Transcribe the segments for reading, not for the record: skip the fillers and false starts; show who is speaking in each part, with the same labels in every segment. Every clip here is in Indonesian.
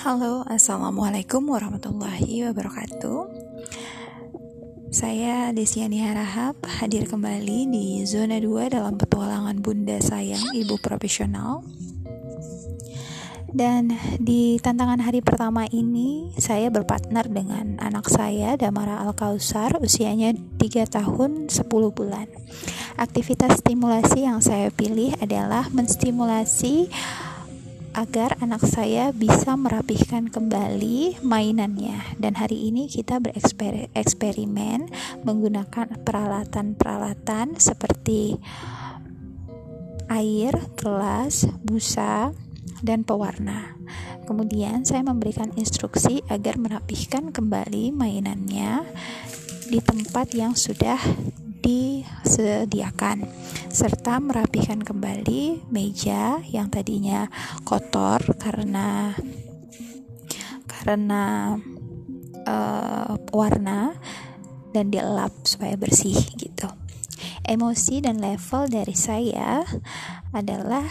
Speaker 1: Halo, Assalamualaikum warahmatullahi wabarakatuh. Saya Desiani Harahap hadir kembali di zona 2 dalam petualangan Bunda Sayang Ibu Profesional. Dan di tantangan hari pertama ini saya berpartner dengan anak saya Damara Al-Kausar, usianya 3 tahun 10 bulan. Aktivitas stimulasi yang saya pilih adalah menstimulasi agar anak saya bisa merapihkan kembali mainannya. Dan hari ini kita bereksperimen menggunakan peralatan-peralatan seperti air, gelas, busa, dan pewarna. Kemudian saya memberikan instruksi agar merapihkan kembali mainannya di tempat yang sudah disediakan, serta merapikan kembali meja yang tadinya kotor karena warna, dan dielap supaya bersih gitu. Emosi dan level dari saya adalah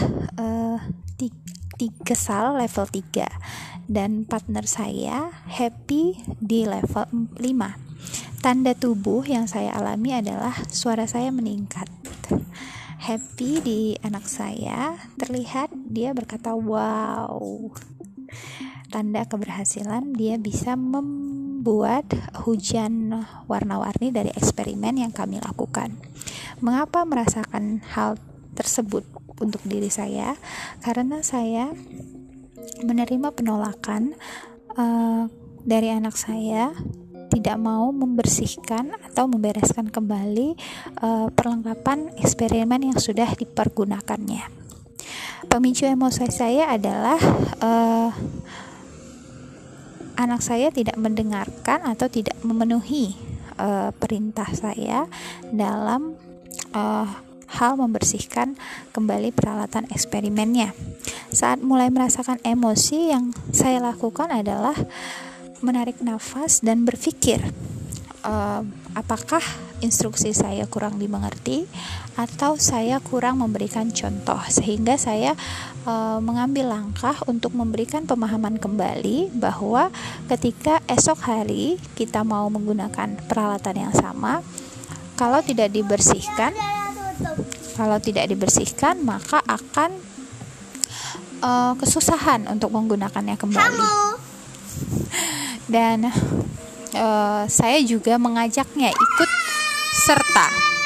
Speaker 1: kesal level 3, dan partner saya happy di level 5. Tanda tubuh yang saya alami adalah suara saya meningkat. Happy di anak saya terlihat dia berkata wow. Tanda keberhasilan, dia bisa membuat hujan warna-warni dari eksperimen yang kami lakukan. Mengapa merasakan hal tersebut untuk diri saya? Karena saya menerima penolakan dari anak saya tidak mau membersihkan atau membereskan kembali perlengkapan eksperimen yang sudah dipergunakannya. Pemicu emosi saya adalah anak saya tidak mendengarkan atau tidak memenuhi perintah saya dalam hal membersihkan kembali peralatan eksperimennya. Saat mulai merasakan emosi, yang saya lakukan adalah menarik nafas dan berpikir, apakah instruksi saya kurang dimengerti atau saya kurang memberikan contoh, sehingga saya mengambil langkah untuk memberikan pemahaman kembali bahwa ketika esok hari kita mau menggunakan peralatan yang sama, kalau tidak dibersihkan maka akan kesusahan untuk menggunakannya kembali. Dan saya juga mengajaknya ikut serta.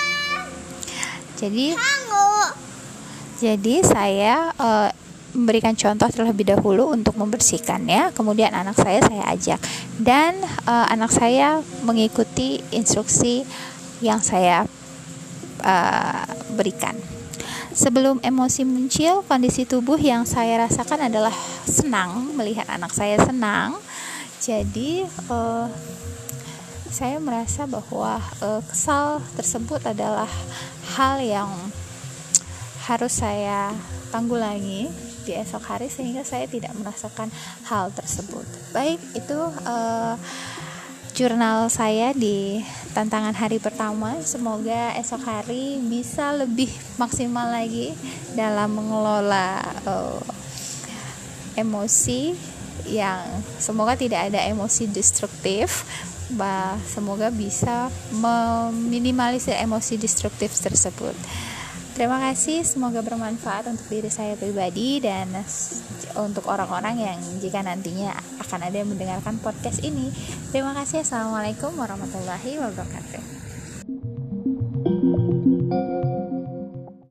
Speaker 1: Jadi saya memberikan contoh terlebih dahulu untuk membersihkannya. Kemudian anak saya ajak, dan anak saya mengikuti instruksi yang saya berikan. Sebelum emosi muncul, kondisi tubuh yang saya rasakan adalah senang, melihat anak saya senang. Jadi saya merasa bahwa kesal tersebut adalah hal yang harus saya tanggulangi di esok hari, sehingga saya tidak merasakan hal tersebut. Baik, itu jurnal saya di tantangan hari pertama. Semoga esok hari bisa lebih maksimal lagi dalam mengelola emosi, yang semoga tidak ada emosi destruktif. Semoga bisa meminimalisir emosi destruktif tersebut. Terima kasih, semoga bermanfaat untuk diri saya pribadi dan untuk orang-orang yang jika nantinya akan ada yang mendengarkan podcast ini. Terima kasih. Assalamualaikum warahmatullahi wabarakatuh.